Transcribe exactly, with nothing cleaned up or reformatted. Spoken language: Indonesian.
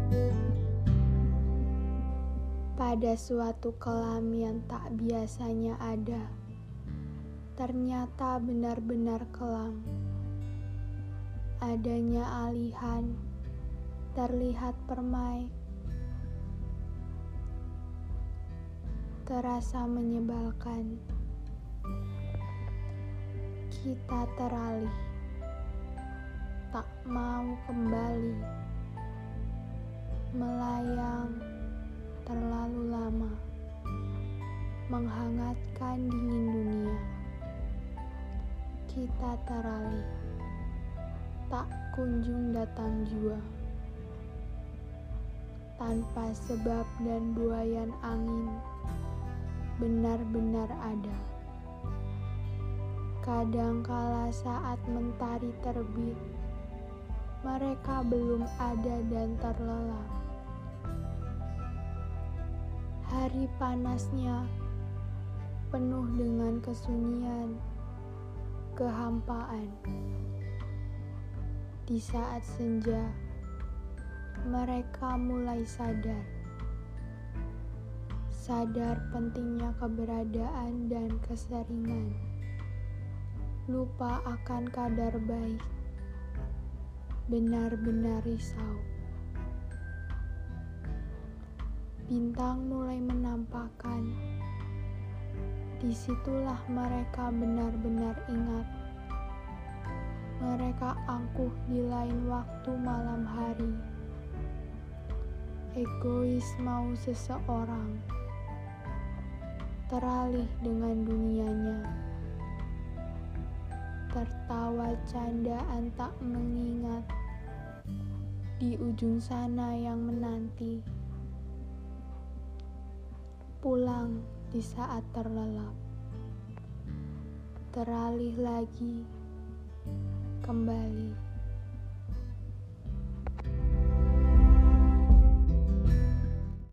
Pada suatu kelam yang tak biasanya ada, ternyata benar-benar kelam. Adanya alihan, terlihat permai, terasa menyebalkan. Kita teralih, tak mau kembali, melayang terlalu lama, menghangatkan dingin dunia. Kita teralih, tak kunjung datang jua, tanpa sebab dan buayan angin benar-benar ada. Kadangkala saat mentari terbit, mereka belum ada dan terlelap. Hari panasnya penuh dengan kesunyian, kehampaan. Di saat senja, mereka mulai sadar. Sadar pentingnya keberadaan dan keseringan. Lupa akan kadar baik. Benar-benar risau. Bintang mulai menampakkan. Disitulah mereka benar-benar ingat. Mereka angkuh di lain waktu malam hari. Egois mau seseorang. Teralih dengan dunianya. Tertawa candaan tak mengingat. Di ujung sana yang menanti. Pulang di saat terlelap. Teralih lagi, kembali.